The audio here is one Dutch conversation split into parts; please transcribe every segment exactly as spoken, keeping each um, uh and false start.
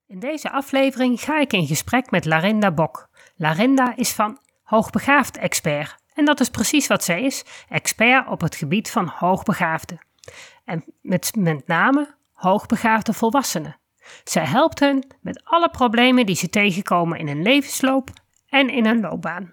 In deze aflevering ga ik in gesprek met Larinda Bok. Larinda is van Hoogbegaafd Expert. En dat is precies wat zij is, expert op het gebied van hoogbegaafden. En met, met name hoogbegaafde volwassenen. Zij helpt hen met alle problemen die ze tegenkomen in hun levensloop en in hun loopbaan.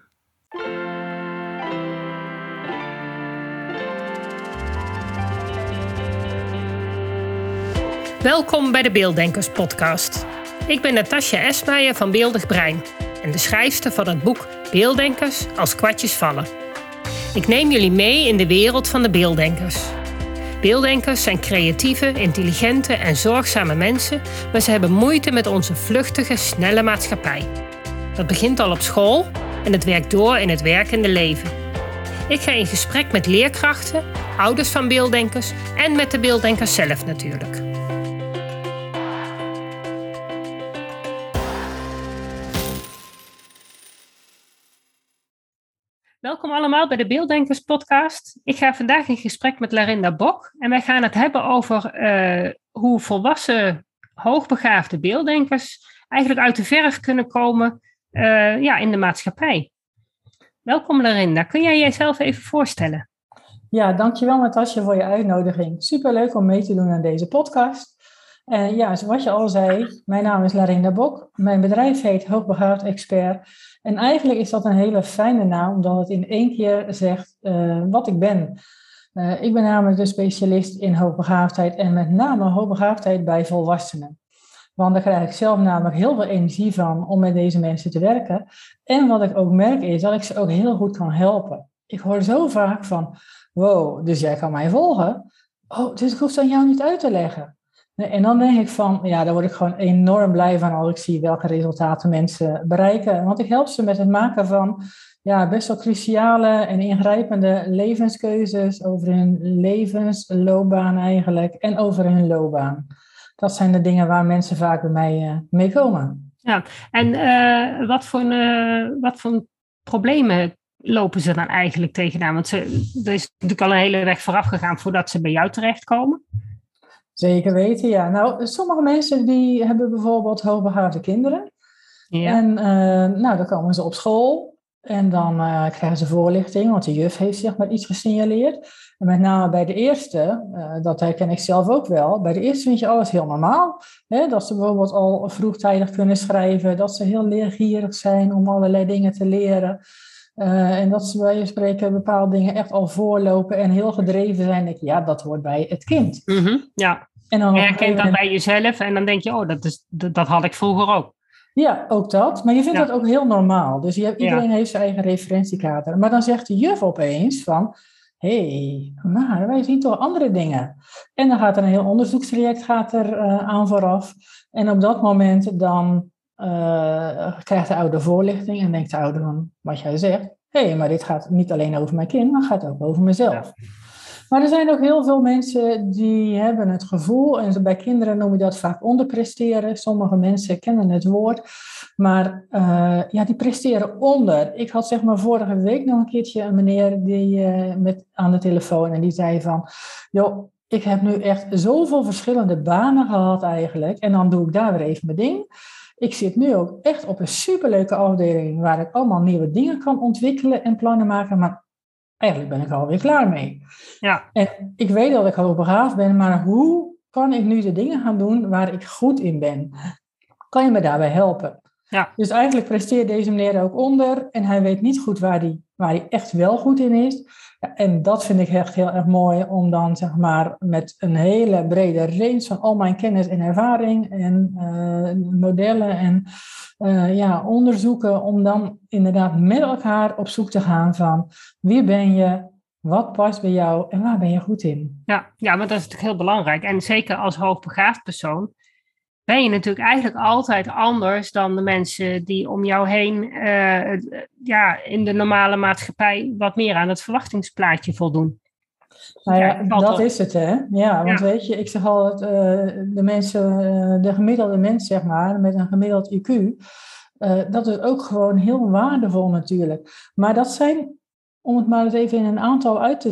Welkom bij de Beelddenkers podcast. Ik ben Natasja Esmeijer van Beeldig Brein en de schrijfster van het boek Beelddenkers als kwartjes vallen. Ik neem jullie mee in de wereld van de beelddenkers. Beelddenkers zijn creatieve, intelligente en zorgzame mensen, maar ze hebben moeite met onze vluchtige, snelle maatschappij. Dat begint al op school en het werkt door in het werkende leven. Ik ga in gesprek met leerkrachten, ouders van beelddenkers en met de beelddenkers zelf natuurlijk. Welkom allemaal bij de Beelddenkers podcast. Ik ga vandaag in gesprek met Larinda Bok en wij gaan het hebben over uh, hoe volwassen hoogbegaafde beelddenkers eigenlijk uit de verf kunnen komen uh, ja, in de maatschappij. Welkom Larinda, kun jij jezelf even voorstellen? Ja, dankjewel Natasja voor je uitnodiging. Superleuk om mee te doen aan deze podcast. En ja, zoals je al zei, mijn naam is Larinda Bok. Mijn bedrijf heet Hoogbegaafd Expert. En eigenlijk is dat een hele fijne naam, omdat het in één keer zegt uh, wat ik ben. Uh, ik ben namelijk de specialist in hoogbegaafdheid en met name hoogbegaafdheid bij volwassenen. Want daar krijg ik zelf namelijk heel veel energie van om met deze mensen te werken. En wat ik ook merk is dat ik ze ook heel goed kan helpen. Ik hoor zo vaak van, wow, dus jij kan mij volgen? Oh, dus ik hoef het aan jou niet uit te leggen. En dan denk ik van, ja, daar word ik gewoon enorm blij van als ik zie welke resultaten mensen bereiken. Want ik help ze met het maken van ja, best wel cruciale en ingrijpende levenskeuzes over hun levensloopbaan eigenlijk en over hun loopbaan. Dat zijn de dingen waar mensen vaak bij mij uh, mee komen. Ja, en uh, wat, voor, uh, wat voor problemen lopen ze dan eigenlijk tegenaan? Want ze, er is natuurlijk al een hele weg vooraf gegaan voordat ze bij jou terechtkomen. Zeker weten, ja. Nou, sommige mensen die hebben bijvoorbeeld hoogbegaafde kinderen. Ja. En uh, nou, dan komen ze op school en dan uh, krijgen ze voorlichting, want de juf heeft zeg maar iets gesignaleerd. En met name bij de eerste, uh, dat herken ik zelf ook wel, bij de eerste vind je alles heel normaal. Hè? Dat ze bijvoorbeeld al vroegtijdig kunnen schrijven, dat ze heel leergierig zijn om allerlei dingen te leren. Uh, en dat ze bij je spreken bepaalde dingen echt al voorlopen en heel gedreven zijn. Denk je, ja, dat hoort bij het kind. Mm-hmm, ja, en dan je herkent dat bij jezelf en dan denk je, oh, dat, is, dat, dat had ik vroeger ook. Ja, ook dat. Maar je vindt ja. dat ook heel normaal. Dus je hebt, iedereen ja. heeft zijn eigen referentiekader. Maar dan zegt de juf opeens van, hé, hey, maar wij zien toch andere dingen. En dan gaat er een heel onderzoekstraject gaat er, uh, aan vooraf. En op dat moment dan Uh, krijgt de ouder voorlichting en denkt de ouder van wat jij zegt, hé, hey, maar dit gaat niet alleen over mijn kind, maar het gaat ook over mezelf. Ja. Maar er zijn ook heel veel mensen die hebben het gevoel, en bij kinderen noem je dat vaak onderpresteren. Sommige mensen kennen het woord, maar uh, ja, die presteren onder. Ik had zeg maar vorige week nog een keertje een meneer die uh, met aan de telefoon en die zei van, joh, ik heb nu echt zoveel verschillende banen gehad eigenlijk en dan doe ik daar weer even mijn ding. Ik zit nu ook echt op een superleuke afdeling waar ik allemaal nieuwe dingen kan ontwikkelen en plannen maken, maar eigenlijk ben ik er alweer klaar mee. Ja. En ik weet dat ik hoogbegaafd ben, maar hoe kan ik nu de dingen gaan doen waar ik goed in ben? Kan je me daarbij helpen? Ja. Dus eigenlijk presteert deze meneer ook onder en hij weet niet goed waar hij, waar hij echt wel goed in is. Ja, en dat vind ik echt heel erg mooi om dan zeg maar met een hele brede range van al mijn kennis en ervaring en uh, modellen en uh, ja, onderzoeken om dan inderdaad met elkaar op zoek te gaan van wie ben je, wat past bij jou en waar ben je goed in. Ja, ja, maar dat is natuurlijk heel belangrijk en zeker als hoogbegaafd persoon ben je natuurlijk eigenlijk altijd anders dan de mensen die om jou heen uh, ja, in de normale maatschappij wat meer aan het verwachtingsplaatje voldoen. Nou ja, ja dat is het, hè. Ja, want ja. weet je, ik zeg altijd, uh, de mensen, uh, de gemiddelde mens, zeg maar, met een gemiddeld I Q, uh, dat is ook gewoon heel waardevol natuurlijk. Maar dat zijn, om het maar eens even in een aantal uit te drukken,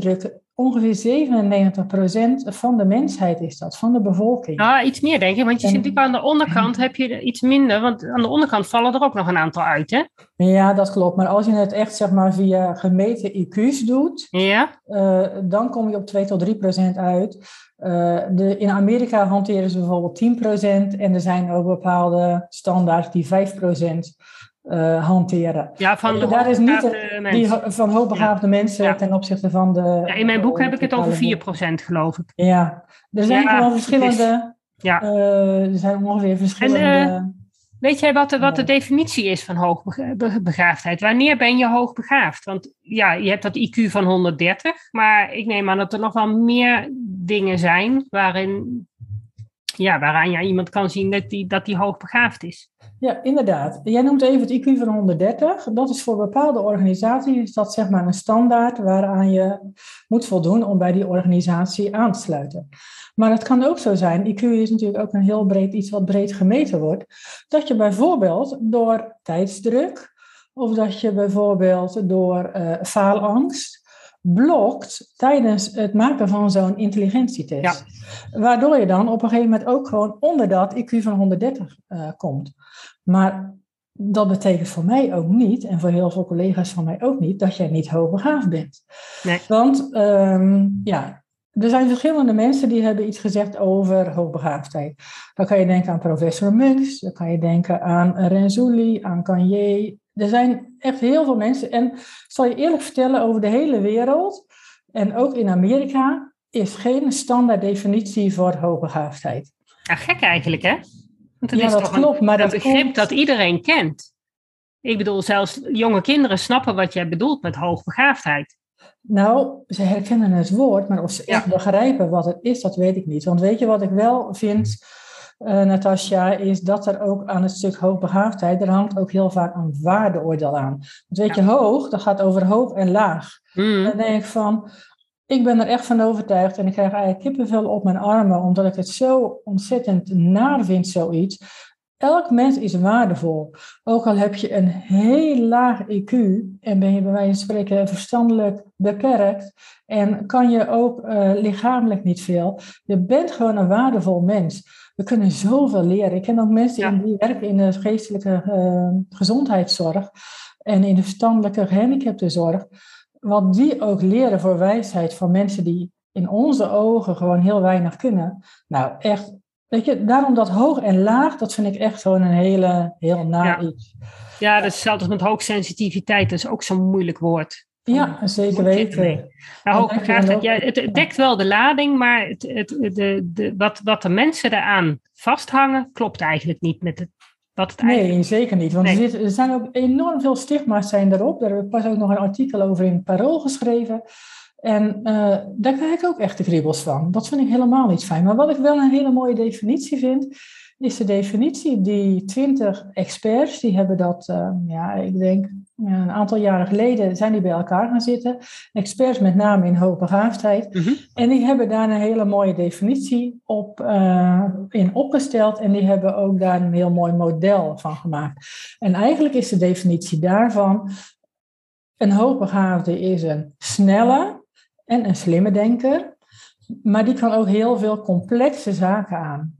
ongeveer zevenennegentig procent van de mensheid is dat, van de bevolking. Nou, iets meer denk ik, want je en, zit natuurlijk aan de onderkant heb je er iets minder, want aan de onderkant vallen er ook nog een aantal uit, hè? Ja, dat klopt. Maar als je het echt zeg maar via gemeten I Q's doet, ja? uh, dan kom je op twee tot drie procent uit. Uh, de, in Amerika hanteren ze bijvoorbeeld tien procent en er zijn ook bepaalde standaards die vijf procent uh, hanteren. Ja, van de daar is niet een, die, van hoogbegaafde ja. mensen ja. ten opzichte van de... Ja, in mijn boek uh, heb ik het over vier procent, geloof ik. Ja, er zijn ja, gewoon verschillende... Is, ja. uh, er zijn ongeveer verschillende... En, uh, weet jij wat de, wat de definitie is van hoogbegaafdheid? Wanneer ben je hoogbegaafd? Want ja, je hebt dat I Q van honderddertig, maar ik neem aan dat er nog wel meer dingen zijn waarin, ja, waaraan je iemand kan zien dat die, dat die hoogbegaafd is. Ja, inderdaad. Jij noemt even het I Q van honderddertig. Dat is voor bepaalde organisaties is dat zeg maar een standaard waaraan je moet voldoen om bij die organisatie aan te sluiten. Maar het kan ook zo zijn, I Q is natuurlijk ook een heel breed iets wat breed gemeten wordt, dat je bijvoorbeeld door tijdsdruk of dat je bijvoorbeeld door uh, faalangst blokt tijdens het maken van zo'n intelligentietest. Ja. Waardoor je dan op een gegeven moment ook gewoon onder dat I Q van honderddertig uh, komt. Maar dat betekent voor mij ook niet, en voor heel veel collega's van mij ook niet, dat jij niet hoogbegaafd bent. Nee. Want um, ja, er zijn verschillende mensen die hebben iets gezegd over hoogbegaafdheid. Dan kan je denken aan professor Munks, dan kan je denken aan Renzulli, aan Kanye. Er zijn echt heel veel mensen. En ik zal je eerlijk vertellen, over de hele wereld, en ook in Amerika, is geen standaard definitie voor hoogbegaafdheid. Ja, gek eigenlijk, hè? Want ja, is dat toch klopt. Een, maar een dat begrip komt... dat iedereen kent. Ik bedoel, zelfs jonge kinderen snappen wat jij bedoelt met hoogbegaafdheid. Nou, ze herkennen het woord, maar of ze echt ja. begrijpen wat het is, dat weet ik niet. Want weet je wat ik wel vind, uh, Natasja, is dat er ook aan het stuk hoogbegaafdheid, er hangt ook heel vaak een waardeoordeel aan. Want weet ja. je, hoog, dat gaat over hoog en laag. Mm. Dan denk ik van, ik ben er echt van overtuigd en ik krijg eigenlijk kippenvel op mijn armen, omdat ik het zo ontzettend naar vind, zoiets. Elk mens is waardevol. Ook al heb je een heel laag I Q en ben je bij wijze van spreken verstandelijk beperkt en kan je ook uh, lichamelijk niet veel. Je bent gewoon een waardevol mens. We kunnen zoveel leren. Ik ken ook mensen ja. die werken in de geestelijke uh, gezondheidszorg en in de verstandelijke gehandicaptenzorg. Wat die ook leren voor wijsheid van mensen die in onze ogen gewoon heel weinig kunnen. Nou, echt. Weet je, daarom dat hoog en laag, dat vind ik echt gewoon een hele, heel naar ja. iets. Ja, dat is hetzelfde met hoogsensitiviteit. Dat is ook zo'n moeilijk woord. Ja, zeker weten. Nou, hoogbegaafdheid, ja, het, het dekt wel de lading, maar het, het, de, de, wat, wat de mensen eraan vasthangen, klopt eigenlijk niet met het, wat het eigenlijk... Nee, zeker niet. Want nee. er, zit, er zijn ook enorm veel stigma's zijn erop. Daar heb ik pas ook nog een artikel over in het Parool geschreven. En uh, daar krijg ik ook echt de kriebels van. Dat vind ik helemaal niet fijn. Maar wat ik wel een hele mooie definitie vind, is de definitie die twintig experts, die hebben dat, uh, ja, ik denk ja, een aantal jaren geleden zijn die bij elkaar gaan zitten. Experts met name in hoogbegaafdheid. Mm-hmm. En die hebben daar een hele mooie definitie op uh, in opgesteld. En die hebben ook daar een heel mooi model van gemaakt. En eigenlijk is de definitie daarvan, een hoogbegaafde is een snelle en een slimme denker, maar die kan ook heel veel complexe zaken aan.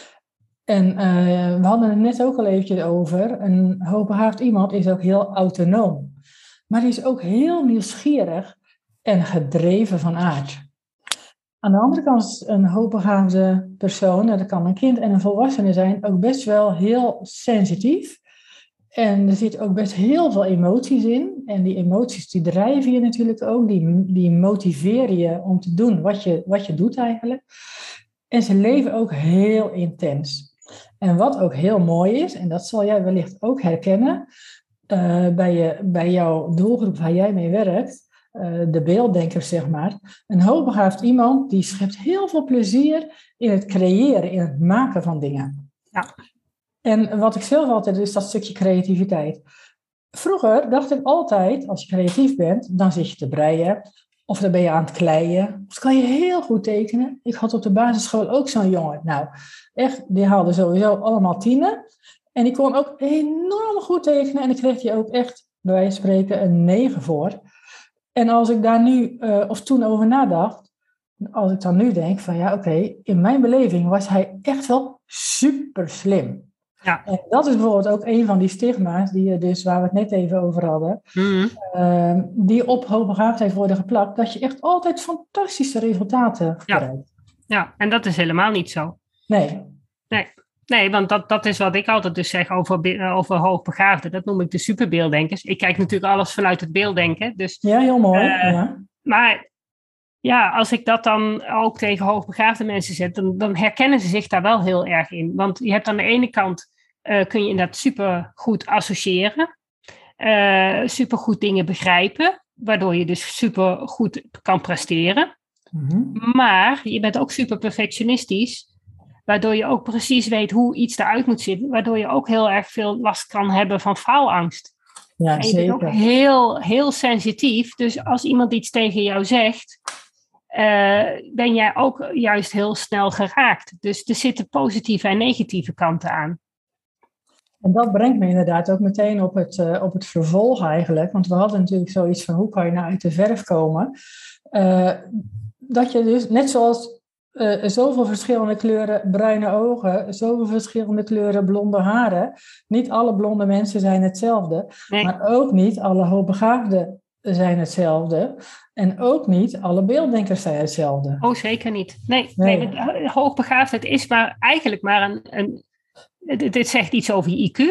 En uh, we hadden het net ook al eventjes over, een hoogbegaafd iemand is ook heel autonoom, maar die is ook heel nieuwsgierig en gedreven van aard. Aan de andere kant is een hoogbegaafde persoon, dat kan een kind en een volwassene zijn, ook best wel heel sensitief. En er zit ook best heel veel emoties in. En die emoties die drijven je natuurlijk ook. Die, die motiveren je om te doen wat je, wat je doet eigenlijk. En ze leven ook heel intens. En wat ook heel mooi is, en dat zal jij wellicht ook herkennen, uh, bij, je, bij jouw doelgroep waar jij mee werkt, uh, de beelddenkers zeg maar. Een hoogbegaafd iemand die schept heel veel plezier in het creëren, in het maken van dingen. Ja. En wat ik zelf altijd, is dat stukje creativiteit. Vroeger dacht ik altijd, als je creatief bent, dan zit je te breien. Of dan ben je aan het kleien. Of kan je heel goed tekenen. Ik had op de basisschool ook zo'n jongen. Nou, echt, die haalde sowieso allemaal tienen. En die kon ook enorm goed tekenen. En daar kreeg hij ook echt, bij wijze van spreken, een negen voor. En als ik daar nu, uh, of toen over nadacht, als ik dan nu denk van ja, oké, okay, in mijn beleving was hij echt wel super slim. Ja. En dat is bijvoorbeeld ook een van die stigma's die je dus, waar we het net even over hadden, mm-hmm. uh, die op hoogbegaafdheid worden geplakt, dat je echt altijd fantastische resultaten ja. krijgt. Ja, en dat is helemaal niet zo. Nee. Nee, nee want dat, dat is wat ik altijd dus zeg over, over hoogbegaafden. Dat noem ik de superbeelddenkers. Ik kijk natuurlijk alles vanuit het beelddenken. Dus, ja, heel mooi. Uh, ja. Maar ja, als ik dat dan ook tegen hoogbegaafde mensen zet, dan, dan herkennen ze zich daar wel heel erg in. Want je hebt aan de ene kant, uh, kun je inderdaad super goed associëren. Uh, super goed dingen begrijpen. Waardoor je dus super goed kan presteren. Mm-hmm. Maar je bent ook super perfectionistisch. Waardoor je ook precies weet hoe iets eruit moet zitten. Waardoor je ook heel erg veel last kan hebben van faalangst. Ja, en je zeker. bent ook heel, heel sensitief. Dus als iemand iets tegen jou zegt, uh, ben jij ook juist heel snel geraakt. Dus er zitten positieve en negatieve kanten aan. En dat brengt me inderdaad ook meteen op het, uh, op het vervolg eigenlijk. Want we hadden natuurlijk zoiets van hoe kan je nou uit de verf komen. Uh, dat je dus, net zoals uh, zoveel verschillende kleuren bruine ogen, zoveel verschillende kleuren blonde haren. Niet alle blonde mensen zijn hetzelfde. Nee. Maar ook niet alle hoogbegaafden zijn hetzelfde. En ook niet alle beelddenkers zijn hetzelfde. Oh, zeker niet. Nee, nee. nee hoogbegaafdheid is maar eigenlijk maar een... een dit zegt iets over je I Q.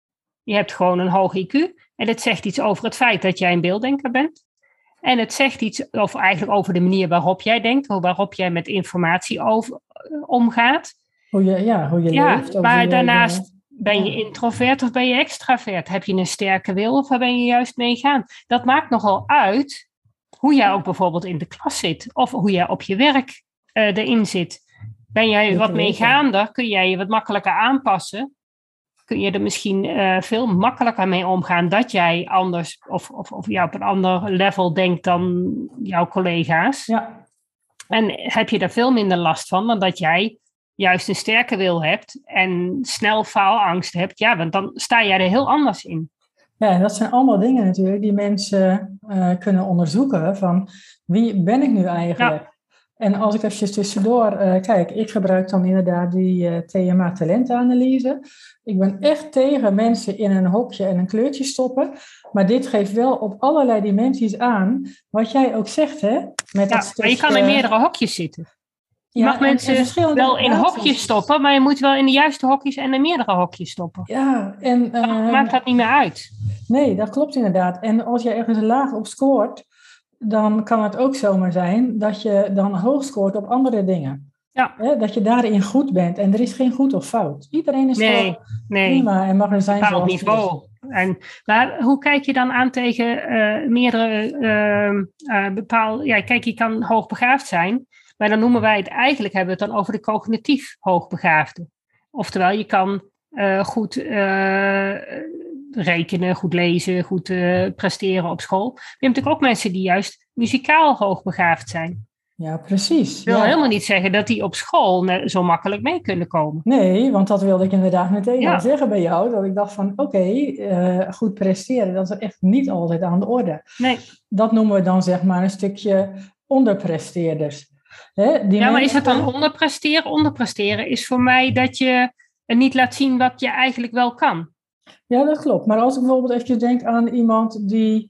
Je hebt gewoon een hoog I Q. En het zegt iets over het feit dat jij een beelddenker bent. En het zegt iets over, eigenlijk over de manier waarop jij denkt. Waarop jij met informatie over, uh, omgaat. Hoe je, ja, hoe je ja, leeft. Maar je daarnaast leven. ben je introvert of ben je extravert? Heb je een sterke wil of waar ben je juist mee gaan? Dat maakt nogal uit hoe jij ook bijvoorbeeld in de klas zit. Of hoe jij op je werk uh, erin zit. Ben jij wat meegaander, kun jij je wat makkelijker aanpassen. Kun je er misschien uh, veel makkelijker mee omgaan dat jij anders of, of, of ja, op een ander level denkt dan jouw collega's. Ja. En heb je daar veel minder last van dan dat jij juist een sterke wil hebt en snel faalangst hebt. Ja, want dan sta jij er heel anders in. Ja, dat zijn allemaal dingen natuurlijk die mensen uh, kunnen onderzoeken van wie ben ik nu eigenlijk? Ja. En als ik even tussendoor uh, kijk, ik gebruik dan inderdaad die uh, T M A-talentenanalyse. Ik ben echt tegen mensen in een hokje en een kleurtje stoppen. Maar dit geeft wel op allerlei dimensies aan wat jij ook zegt, hè? Met ja, dat stuk, maar je kan in meerdere hokjes zitten. Je ja, mag en, mensen en wel in hokjes stoppen, maar je moet wel in de juiste hokjes en in meerdere hokjes stoppen. Ja, en... Uh, Dan maakt dat niet meer uit. Nee, dat klopt inderdaad. En als je ergens laag op scoort, dan kan het ook zomaar zijn dat je dan hoog scoort op andere dingen. Ja. He, dat je daarin goed bent. En er is geen goed of fout. Iedereen is nee, gewoon nee. prima en mag er zijn bepaald niveau. En, maar hoe kijk je dan aan tegen uh, meerdere uh, uh, bepaalde... Ja, kijk, je kan hoogbegaafd zijn, maar dan noemen wij het... Eigenlijk hebben we het dan over de cognitief hoogbegaafde. Oftewel, je kan uh, goed uh, rekenen, goed lezen, goed uh, presteren op school. Maar je hebt natuurlijk ook mensen die juist muzikaal hoogbegaafd zijn. Ja, precies. Dat wil ja. helemaal niet zeggen dat die op school zo makkelijk mee kunnen komen. Nee, want dat wilde ik inderdaad meteen ja. al zeggen bij jou. Dat ik dacht van, oké, okay, uh, goed presteren, dat is echt niet altijd aan de orde. Nee. Dat noemen we dan zeg maar een stukje onderpresteerders. Hè, die ja, mensen... maar is het dan onderpresteren? Onderpresteren is voor mij dat je niet laat zien wat je eigenlijk wel kan. Ja, dat klopt. Maar als ik bijvoorbeeld even denk aan iemand die...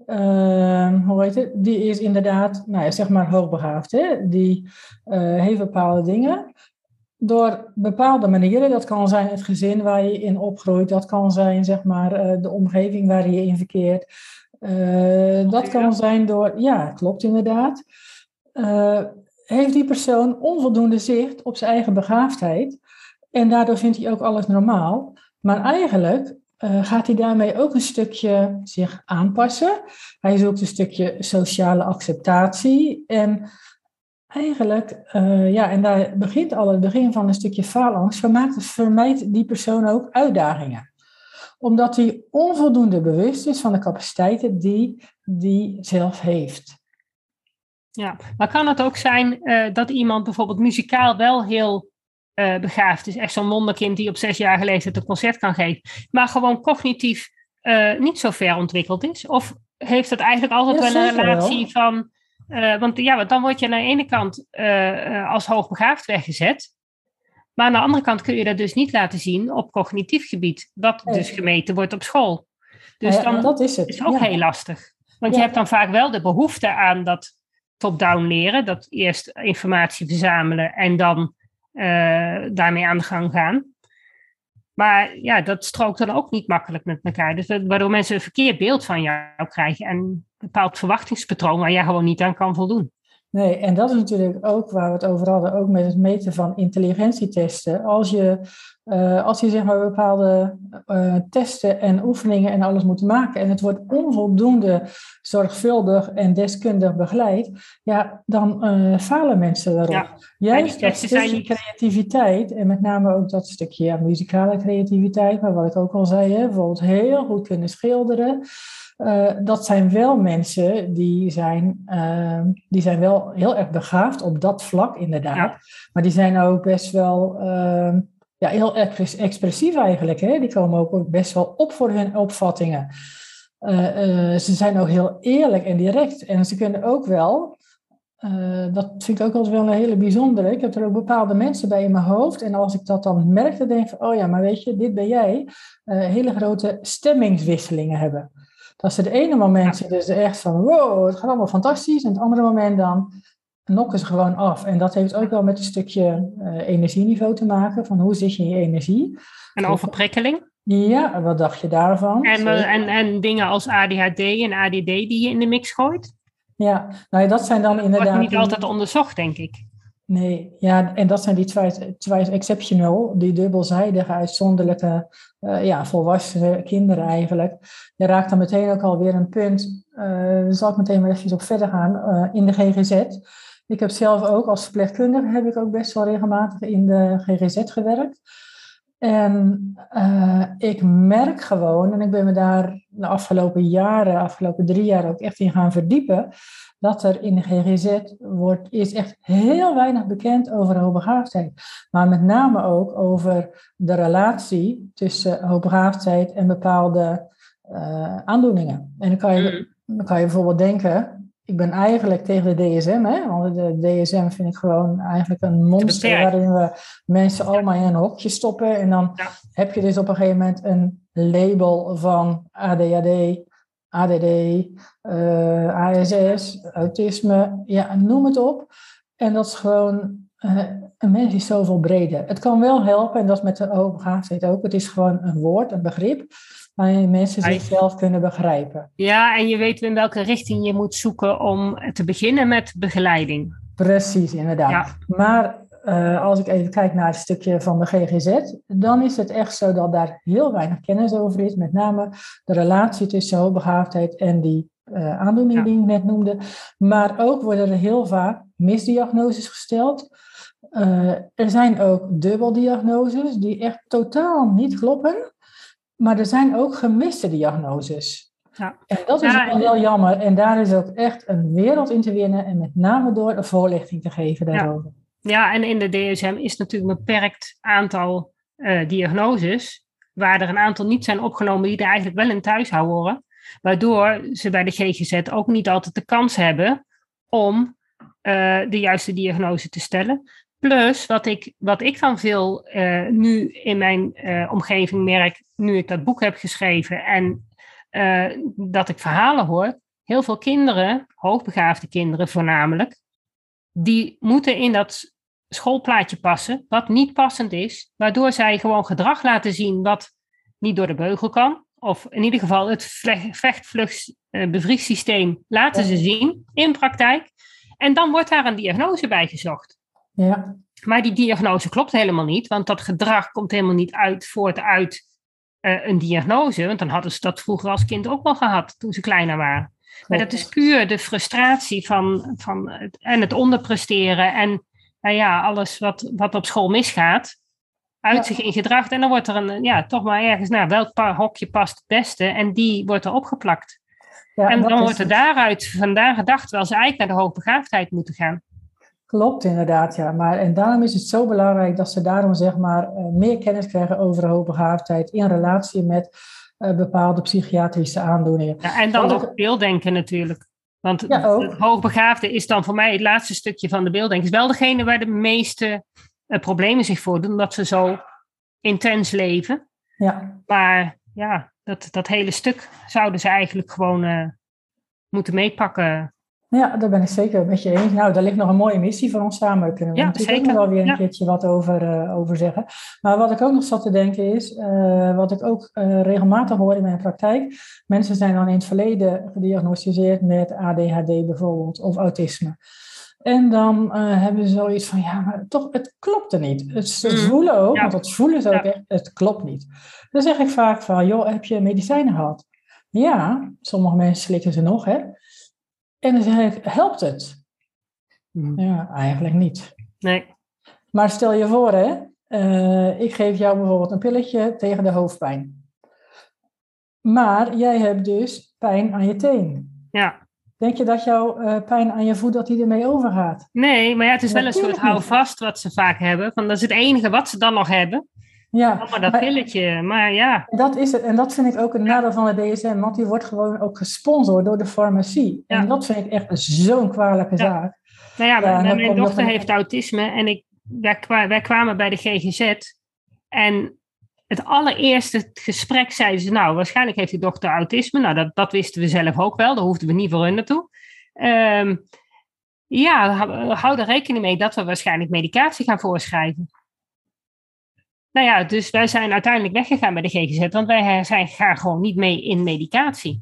Uh, hoe heet het? Die is inderdaad, nou ja, zeg maar hoogbegaafd. Hè? Die uh, heeft bepaalde dingen. Door bepaalde manieren, dat kan zijn het gezin waar je in opgroeit. Dat kan zijn, zeg maar, uh, de omgeving waar je in verkeert. Uh, dat kan zijn door, ja, klopt inderdaad. Uh, heeft die persoon onvoldoende zicht op zijn eigen begaafdheid. En daardoor vindt hij ook alles normaal. Maar eigenlijk... Uh, gaat hij daarmee ook een stukje zich aanpassen. Hij zoekt een stukje sociale acceptatie. En eigenlijk, uh, ja, en daar begint al het begin van een stukje faalangst, vermaakt, vermijdt die persoon ook uitdagingen. Omdat hij onvoldoende bewust is van de capaciteiten die hij zelf heeft. Ja, maar kan het ook zijn uh, dat iemand bijvoorbeeld muzikaal wel heel... Uh, begaafd is, echt zo'n wonderkind die op zesjarige leeftijd een concert kan geven, maar gewoon cognitief uh, niet zo ver ontwikkeld is? Of heeft het eigenlijk altijd Ja, wel een zeker relatie wel. van... Uh, want ja, want dan word je aan de ene kant uh, uh, als hoogbegaafd weggezet. Maar aan de andere kant kun je dat dus niet laten zien op cognitief gebied. Dat Nee. dus gemeten wordt op school. Dus Nou ja, dan dat is het. is het ook ja. heel lastig. Want Ja. je hebt dan vaak wel de behoefte aan dat top-down leren. Dat eerst informatie verzamelen en dan uh, daarmee aan de gang gaan. Maar ja, dat strookt dan ook niet makkelijk met elkaar. Dus dat, waardoor mensen een verkeerd beeld van jou krijgen. En een bepaald verwachtingspatroon waar jij gewoon niet aan kan voldoen. Nee, en dat is natuurlijk ook waar we het over hadden, ook met het meten van intelligentietesten. Als je, uh, als je zeg maar bepaalde uh, testen en oefeningen en alles moet maken en het wordt onvoldoende zorgvuldig en deskundig begeleid, ja, dan uh, falen mensen daarop. Ja, Juist dat stukje niet... creativiteit en met name ook dat stukje ja, muzikale creativiteit, maar wat ik ook al zei, hè, bijvoorbeeld heel goed kunnen schilderen. Uh, dat zijn wel mensen die zijn, uh, die zijn wel heel erg begaafd op dat vlak inderdaad. Ja. Maar die zijn ook best wel uh, ja, heel expressief eigenlijk. Hè? Die komen ook best wel op voor hun opvattingen. Uh, uh, ze zijn ook heel eerlijk en direct. En ze kunnen ook wel, uh, dat vind ik ook altijd wel een hele bijzondere. Ik heb er ook bepaalde mensen bij in mijn hoofd. En als ik dat dan merk, dan denk ik van, oh ja, maar weet je, dit ben jij. Uh, hele grote stemmingswisselingen hebben. Dat ze de ene moment zitten ze echt van wow, het gaat allemaal fantastisch. En het andere moment dan knokken ze gewoon af. En dat heeft ook wel met een stukje uh, energieniveau te maken. Van hoe zit je in je energie. En overprikkeling. Ja, wat dacht je daarvan? En, en, en dingen als A D H D en A D D die je in de mix gooit. Ja, nou dat zijn dan inderdaad... Dat wordt niet altijd onderzocht, denk ik. Nee, ja, en dat zijn die twice exceptional, die dubbelzijdige, uitzonderlijke, uh, ja, volwassen kinderen eigenlijk. Je raakt dan meteen ook alweer een punt, uh, daar zal ik meteen maar even op verder gaan, uh, in de G G Z. Ik heb zelf ook als verpleegkundige, heb ik ook best wel regelmatig in de G G Z gewerkt. En uh, ik merk gewoon, en ik ben me daar de afgelopen jaren, afgelopen drie jaar ook echt in gaan verdiepen, dat er in de G G Z wordt, is echt heel weinig bekend over hoogbegaafdheid. Maar met name ook over de relatie tussen hoogbegaafdheid en bepaalde uh, aandoeningen. En dan kan, je, dan kan je bijvoorbeeld denken, ik ben eigenlijk tegen de D S M, hè? Want de D S M vind ik gewoon eigenlijk een monster waarin we mensen allemaal in een hokje stoppen. En dan ja. heb je dus op een gegeven moment een label van A D H D, A D D, uh, A S S, autisme, ja, noem het op. En dat is gewoon, uh, een mens is zoveel breder. Het kan wel helpen, en dat is met de hoogbegaafdheid ook. Het is gewoon een woord, een begrip, waarin mensen zichzelf kunnen begrijpen. Ja, en je weet in welke richting je moet zoeken om te beginnen met begeleiding. Precies, inderdaad. Ja. Maar uh, als ik even kijk naar het stukje van de G G Z, dan is het echt zo dat daar heel weinig kennis over is. Met name de relatie tussen hoogbegaafdheid en die uh, aandoening ja. die ik net noemde. Maar ook worden er heel vaak misdiagnoses gesteld. Uh, er zijn ook dubbeldiagnoses die echt totaal niet kloppen. Maar er zijn ook gemiste diagnoses. Ja. En dat is ja, wel jammer. En daar is ook echt een wereld in te winnen. En met name door een voorlichting te geven daarover. Ja, ja en in de D S M is natuurlijk een beperkt aantal uh, diagnoses. Waar er een aantal niet zijn opgenomen die er eigenlijk wel in thuis horen. Waardoor ze bij de G G Z ook niet altijd de kans hebben om uh, de juiste diagnose te stellen. Plus, wat ik, wat ik dan veel uh, nu in mijn uh, omgeving merk, nu ik dat boek heb geschreven en uh, dat ik verhalen hoor, heel veel kinderen, hoogbegaafde kinderen voornamelijk, die moeten in dat schoolplaatje passen, wat niet passend is, waardoor zij gewoon gedrag laten zien wat niet door de beugel kan. Of in ieder geval het vecht-vlucht-bevriessysteem laten ze zien in praktijk. En dan wordt daar een diagnose bij gezocht. Ja. Maar die diagnose klopt helemaal niet, want dat gedrag komt helemaal niet uit, voort uit uh, een diagnose. Want dan hadden ze dat vroeger als kind ook wel gehad, toen ze kleiner waren. Klopt. Maar dat is puur de frustratie van, van het, en het onderpresteren en nou ja, alles wat, wat op school misgaat, uit ja. zich in gedrag. En dan wordt er een, ja, toch maar ergens, nou, welk hokje past het beste? En die wordt er opgeplakt. Ja, en dan wordt er daaruit vandaan gedacht, terwijl ze eigenlijk naar de hoogbegaafdheid moeten gaan. Klopt, inderdaad, ja. Maar, en daarom is het zo belangrijk dat ze daarom zeg maar uh, meer kennis krijgen over hoogbegaafdheid in relatie met uh, bepaalde psychiatrische aandoeningen. Ja, en dan Wat nog ik... beelddenken natuurlijk. Want ja, ook. het hoogbegaafde is dan voor mij het laatste stukje van de beelddenken. Is wel degene waar de meeste uh, problemen zich voordoen, omdat ze zo intens leven. Ja. Maar ja, dat, dat hele stuk zouden ze eigenlijk gewoon uh, moeten meepakken. Ja, daar ben ik zeker met je eens. Nou, daar ligt nog een mooie missie voor ons samen. Daar kunnen we ja, natuurlijk zeker. ook nog wel weer een ja. keertje wat over, uh, over zeggen. Maar wat ik ook nog zat te denken is, uh, wat ik ook uh, regelmatig hoor in mijn praktijk. Mensen zijn dan in het verleden gediagnosticeerd met A D H D bijvoorbeeld, of autisme. En dan uh, hebben ze zoiets van, ja, maar toch, het klopt er niet. Het, ze mm. voelen ook, ja. want dat voelen ze ook ja. echt, het klopt niet. Dan zeg ik vaak van, joh, heb je medicijnen gehad? Ja, sommige mensen slikken ze nog, hè. En dan zeg ik, helpt het? Mm. Ja, eigenlijk niet. Nee. Maar stel je voor, hè, uh, ik geef jou bijvoorbeeld een pilletje tegen de hoofdpijn. Maar jij hebt dus pijn aan je teen. Ja. Denk je dat jouw uh, pijn aan je voet, dat die ermee overgaat? Nee, maar ja, het is ja, wel een soort houvast wat ze vaak hebben. Want dat is het enige wat ze dan nog hebben. Ja, oh, maar dat maar, pilletje, maar ja. Dat is het. En dat vind ik ook een nadeel van de D S M, want die wordt gewoon ook gesponsord door de farmacie. Ja. En dat vind ik echt zo'n kwalijke ja. zaak. Nou ja, ja mijn, mijn dochter een... heeft autisme en ik, wij, wij kwamen bij de G G Z. En het allereerste gesprek zeiden ze, nou, waarschijnlijk heeft die dochter autisme. Nou, dat, dat wisten we zelf ook wel, daar hoefden we niet voor hun naartoe. Um, ja, hou er rekening mee dat we waarschijnlijk medicatie gaan voorschrijven. Nou ja, dus wij zijn uiteindelijk weggegaan bij de G G Z, want wij zijn, gaan gewoon niet mee in medicatie.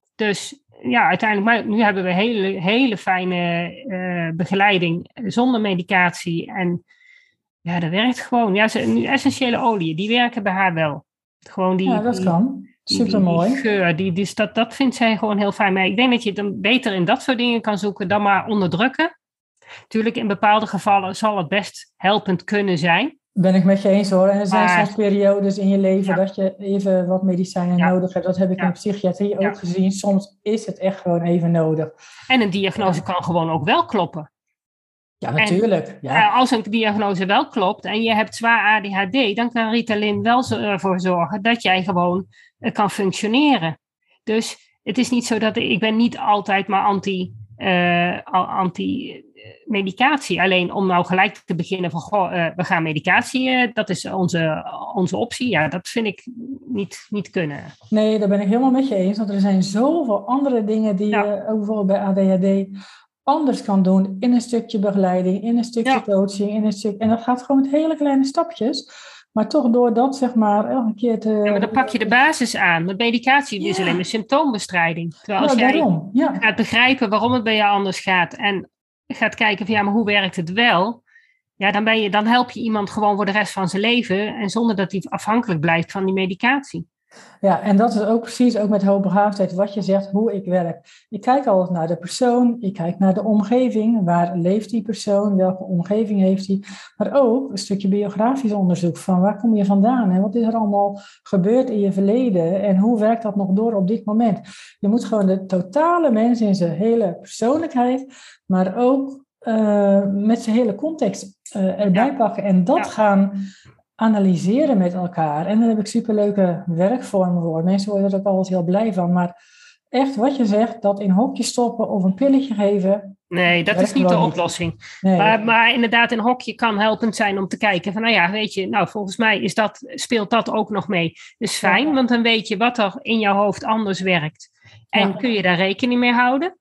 Dus ja, uiteindelijk, maar nu hebben we hele, hele fijne uh, begeleiding zonder medicatie. En ja, dat werkt gewoon. Ja, ze, nu essentiële oliën, die werken bij haar wel. Gewoon die, ja, dat die, kan. Supermooi. Die, die geur, die, die, dat, dat vindt zij gewoon heel fijn. Maar ik denk dat je dan beter in dat soort dingen kan zoeken dan maar onderdrukken. Tuurlijk, in bepaalde gevallen zal het best helpend kunnen zijn. Ben ik met je eens hoor. En er zijn maar, soms periodes in je leven ja. dat je even wat medicijnen ja. nodig hebt. Dat heb ik ja. in de psychiatrie ja. ook gezien. Soms is het echt gewoon even nodig. En een diagnose ja. kan gewoon ook wel kloppen. Ja, natuurlijk. En, ja. Als een diagnose wel klopt en je hebt zwaar A D H D, dan kan Ritalin wel ervoor zorgen dat jij gewoon kan functioneren. Dus het is niet zo dat ik, ik ben niet altijd maar anti, uh, anti medicatie. Alleen om nou gelijk te beginnen van, goh, uh, we gaan medicatie, uh, dat is onze, onze optie. Ja, dat vind ik niet, niet kunnen. Nee, daar ben ik helemaal met je eens. Want er zijn zoveel andere dingen die ja. je ook bijvoorbeeld bij A D H D anders kan doen. In een stukje begeleiding, in een stukje ja. coaching, in een stuk. En dat gaat gewoon met hele kleine stapjes. Maar toch door dat, zeg maar, elke keer te... Ja, maar dan pak je de basis aan. Met medicatie ja. is alleen maar symptoombestrijding. Terwijl als ja, jij daarom. Ja. gaat begrijpen waarom het bij jou anders gaat en gaat kijken van ja, maar hoe werkt het wel? Ja, dan, ben je, dan help je iemand gewoon voor de rest van zijn leven en zonder dat hij afhankelijk blijft van die medicatie. Ja, en dat is ook precies ook met hoogbegaafdheid wat je zegt, hoe ik werk. Ik kijk altijd naar de persoon, ik kijk naar de omgeving, waar leeft die persoon, welke omgeving heeft hij, maar ook een stukje biografisch onderzoek van waar kom je vandaan en wat is er allemaal gebeurd in je verleden en hoe werkt dat nog door op dit moment. Je moet gewoon de totale mens in zijn hele persoonlijkheid, maar ook uh, met zijn hele context uh, erbij ja. pakken en dat ja. gaan analyseren met elkaar. En daar heb ik superleuke werkvormen voor. Mensen worden er ook altijd heel blij van. Maar echt wat je zegt, dat in hokjes stoppen of een pilletje geven. Nee, dat is niet de oplossing. Nee. Maar, maar inderdaad, een hokje kan helpend zijn om te kijken van, nou ja, weet je, nou volgens mij is dat, speelt dat ook nog mee. Dus fijn, ja. want dan weet je wat er in jouw hoofd anders werkt. En ja. kun je daar rekening mee houden.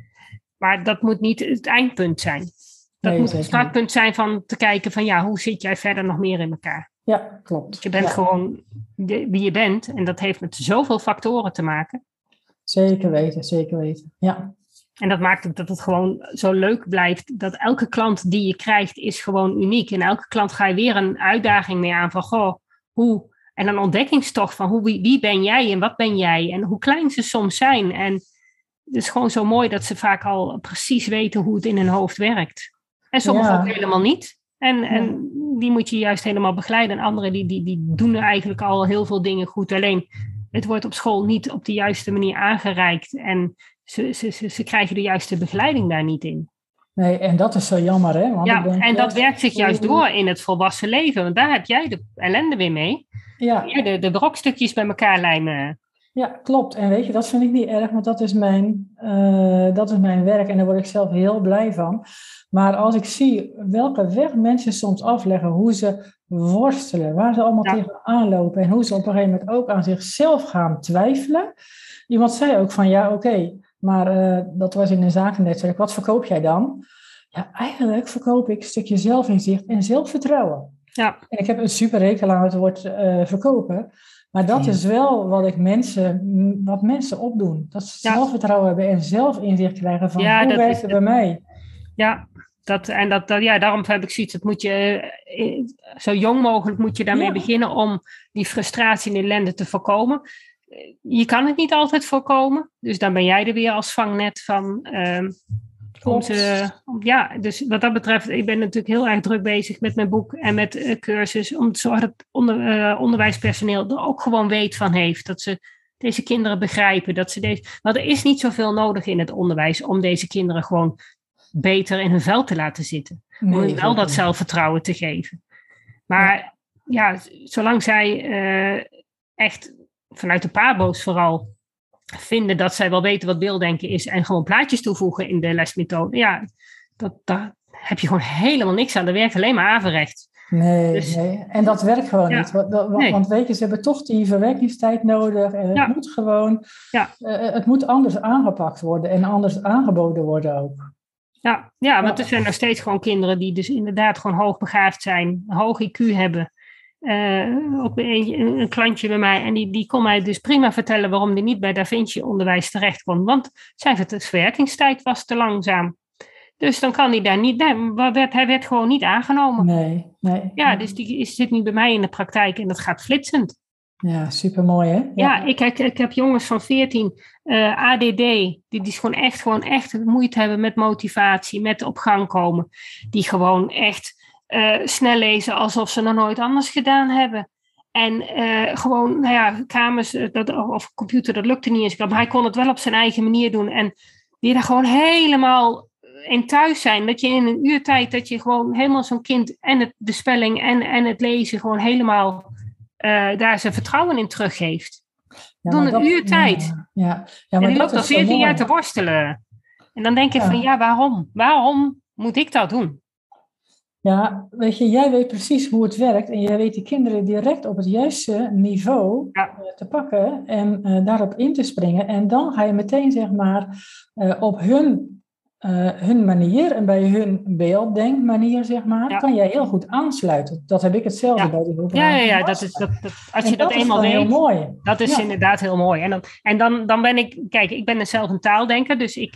Maar dat moet niet het eindpunt zijn. Dat nee, moet het startpunt zijn van te kijken van ja, hoe zit jij verder nog meer in elkaar? Ja, klopt. Je bent ja. gewoon wie je bent en dat heeft met zoveel factoren te maken. Zeker weten, zeker weten, ja. En dat maakt ook dat het gewoon zo leuk blijft, dat elke klant die je krijgt is gewoon uniek. En elke klant ga je weer een uitdaging mee aan van goh, hoe... En een ontdekkingstocht van hoe, wie, wie ben jij en wat ben jij en hoe klein ze soms zijn. En het is gewoon zo mooi dat ze vaak al precies weten hoe het in hun hoofd werkt. En sommigen ja. ook helemaal niet. En, ja. en die moet je juist helemaal begeleiden. En anderen die, die, die doen eigenlijk al heel veel dingen goed. Alleen het wordt op school niet op de juiste manier aangereikt. En ze, ze, ze, ze krijgen de juiste begeleiding daar niet in. Nee, en dat is zo jammer, hè? Want ja, ik denk, en dat ja, werkt zich juist door in het volwassen leven. Want daar heb jij de ellende weer mee. ja, Ja, de, de brokstukjes bij elkaar lijmen. ja, klopt. En weet je, dat vind ik niet erg, want dat is mijn, uh, dat is mijn werk en daar word ik zelf heel blij van. Maar als ik zie welke weg mensen soms afleggen, hoe ze worstelen, waar ze allemaal ja. tegenaan lopen en hoe ze op een gegeven moment ook aan zichzelf gaan twijfelen. Iemand zei ook van, ja, oké, okay, maar uh, dat was in een zakennetwerk, wat verkoop jij dan? Ja, eigenlijk verkoop ik een stukje zelfinzicht en zelfvertrouwen. Ja. En ik heb een super hekel aan het woord uh, verkopen. Maar dat is wel wat ik mensen, wat mensen opdoen. Dat ze ja. zelfvertrouwen hebben en zelfinzicht krijgen van ja, hoe werkt het bij mij. Ja, dat, en dat, dat, ja, daarom heb ik zoiets. Dat moet je, zo jong mogelijk moet je daarmee ja. beginnen om die frustratie en ellende te voorkomen. Je kan het niet altijd voorkomen. Dus dan ben jij er weer als vangnet van... Um, Om ze, om, ja, dus wat dat betreft, ik ben natuurlijk heel erg druk bezig met mijn boek en met uh, cursus, om te zorgen dat onder, uh, onderwijspersoneel er ook gewoon weet van heeft. Dat ze deze kinderen begrijpen. Dat ze deze, want er is niet zoveel nodig in het onderwijs om deze kinderen gewoon beter in hun vel te laten zitten. Nee, om hen wel dat zelfvertrouwen te geven. Maar ja, ja zolang zij uh, echt vanuit de pabo's vooral vinden dat zij wel weten wat beelddenken is en gewoon plaatjes toevoegen in de lesmethode. Ja, dat, daar heb je gewoon helemaal niks aan. Dat werkt alleen maar averechts. Nee, dus, nee, en dat werkt gewoon ja, niet. Want, want, nee. want weet je, ze hebben toch die verwerkingstijd nodig. En het ja. moet gewoon, ja. uh, het moet anders aangepakt worden en anders aangeboden worden ook. Ja, ja, want er zijn nog steeds gewoon kinderen die dus inderdaad gewoon hoogbegaafd zijn, een hoog I Q hebben. Uh, ook een, een klantje bij mij en die, die kon mij dus prima vertellen waarom die niet bij Da Vinci onderwijs terecht kon, want zijn verwerkingstijd was te langzaam. Dus dan kan hij daar niet, nee, werd, hij werd gewoon niet aangenomen. Nee, nee. Ja, dus die zit nu bij mij in de praktijk en dat gaat flitsend. Ja, supermooi hè? Ja, ja ik, ik, ik heb jongens van veertien, uh, A D D, die, die gewoon echt, gewoon echt moeite hebben met motivatie, met op gang komen, die gewoon echt Uh, snel lezen alsof ze nog nooit anders gedaan hebben. En uh, gewoon, nou ja, kamers dat, of computer, dat lukte niet eens. Maar hij kon het wel op zijn eigen manier doen. En die daar gewoon helemaal in thuis zijn. Dat je in een uur tijd, dat je gewoon helemaal zo'n kind en het, de spelling en, en het lezen gewoon helemaal uh, daar zijn vertrouwen in teruggeeft. Ja, Door een dat, uur tijd. Ja, ja. Ja, maar en die loopt al veertien jaar te worstelen. En dan denk je ja. van, ja, waarom? Waarom moet ik dat doen? Ja, weet je, jij weet precies hoe het werkt en jij weet die kinderen direct op het juiste niveau ja. uh, te pakken en uh, daarop in te springen. En dan ga je meteen, zeg maar, uh, op hun, uh, hun manier en bij hun beelddenkmanier, zeg maar, ja. kan jij heel goed aansluiten. Dat heb ik hetzelfde ja. bij die groep. Ja, ja, ja, dat is, dat, dat, als je en dat, dat eenmaal weet, heel mooi. Dat is ja. inderdaad heel mooi. En, dan, en dan, dan ben ik, kijk, ik ben zelf een taaldenker, dus ik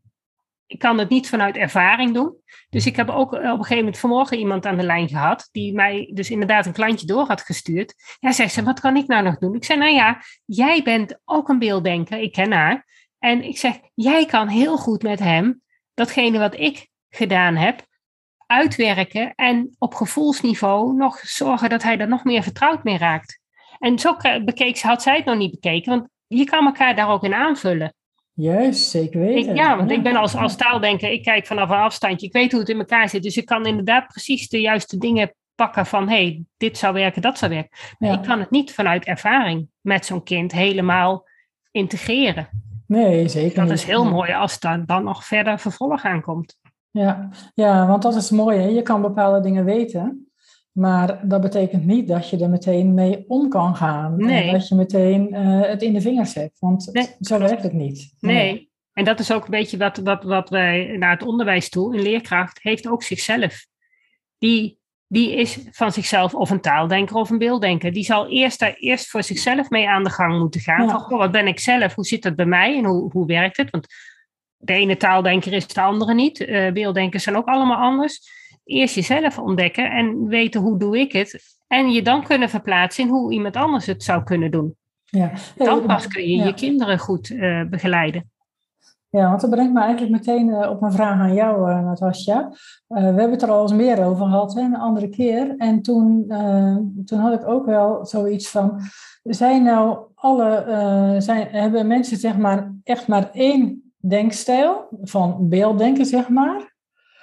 Ik kan het niet vanuit ervaring doen. Dus ik heb ook op een gegeven moment vanmorgen iemand aan de lijn gehad, die mij dus inderdaad een klantje door had gestuurd. Ja, zegt ze, wat kan ik nou nog doen? Ik zei, nou ja, jij bent ook een beelddenker, ik ken haar. En ik zeg, jij kan heel goed met hem datgene wat ik gedaan heb, uitwerken en op gevoelsniveau nog zorgen dat hij er nog meer vertrouwd mee raakt. En zo bekeek ze, had zij het nog niet bekeken, want je kan elkaar daar ook in aanvullen. Juist, zeker weten. Ik, ja, want ja. ik ben als, als taaldenker, ik kijk vanaf een afstandje, ik weet hoe het in elkaar zit. Dus ik kan inderdaad precies de juiste dingen pakken van, hé, hey, dit zou werken, dat zou werken. Maar ja. ik kan het niet vanuit ervaring met zo'n kind helemaal integreren. Nee, zeker Dat niet. is heel mooi als daar dan nog verder vervolg aankomt. Ja. ja, want dat is mooi, hè? Je kan bepaalde dingen weten. Maar dat betekent niet dat je er meteen mee om kan gaan. Nee. En dat je meteen uh, het in de vingers hebt. Want nee, zo werkt het niet. Nee. nee. En dat is ook een beetje wat, wat, wat wij naar het onderwijs toe. Een leerkracht heeft ook zichzelf. Die, die is van zichzelf of een taaldenker of een beelddenker. Die zal eerst daar eerst voor zichzelf mee aan de gang moeten gaan. Ja. Van, goh, wat ben ik zelf? Hoe zit dat bij mij? En hoe, hoe werkt het? Want de ene taaldenker is de andere niet. Uh, beelddenkers zijn ook allemaal anders. Eerst jezelf ontdekken en weten hoe doe ik het. En je dan kunnen verplaatsen in hoe iemand anders het zou kunnen doen. Ja. Dan pas kun je ja. je kinderen goed uh, begeleiden. Ja, want dat brengt me eigenlijk meteen uh, op een vraag aan jou, uh, Natasja. Uh, we hebben het er al eens meer over gehad, hè, een andere keer. En toen, uh, toen had ik ook wel zoiets van... Zijn nou alle... Uh, zijn, hebben mensen zeg maar echt maar één denkstijl van beelddenken, zeg maar...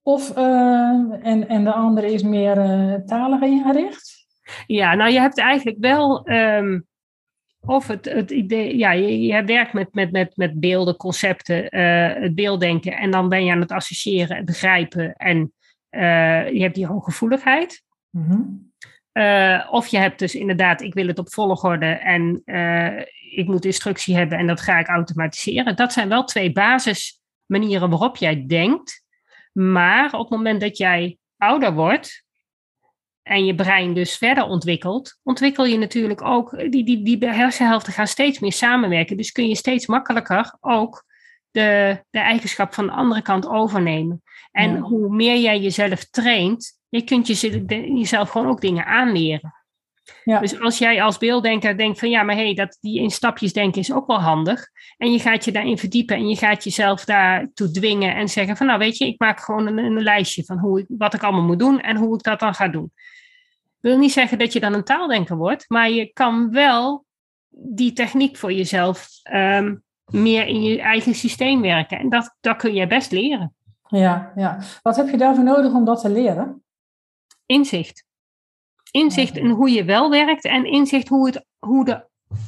Of, uh, en, en de andere is meer uh, talig ingericht? Ja, nou je hebt eigenlijk wel... Um, of het, het idee... Ja, je, je werkt met, met, met, met beelden, concepten, uh, het beelddenken. En dan ben je aan het associëren, het begrijpen. En uh, je hebt die hooggevoeligheid. Mm-hmm. Uh, of je hebt dus inderdaad, ik wil het op volgorde en uh, ik moet instructie hebben en dat ga ik automatiseren. Dat zijn wel twee basismanieren waarop jij denkt. Maar op het moment dat jij ouder wordt en je brein dus verder ontwikkelt, ontwikkel je natuurlijk ook, die, die, die hersenhelften gaan steeds meer samenwerken. Dus kun je steeds makkelijker ook de, de eigenschap van de andere kant overnemen. En ja. hoe meer jij jezelf traint, je kunt je, jezelf gewoon ook dingen aanleren. Ja. Dus als jij als beelddenker denkt van ja, maar hé, hey, dat die in stapjes denken is ook wel handig. En je gaat je daarin verdiepen en je gaat jezelf daartoe dwingen en zeggen van nou weet je, ik maak gewoon een, een lijstje van hoe ik, wat ik allemaal moet doen en hoe ik dat dan ga doen. Ik wil niet zeggen dat je dan een taaldenker wordt, maar je kan wel die techniek voor jezelf um, meer in je eigen systeem werken. En dat, dat kun je best leren. Ja, ja. Wat heb je daarvoor nodig om dat te leren? Inzicht. Inzicht in hoe je wel werkt en inzicht hoe het, hoe de,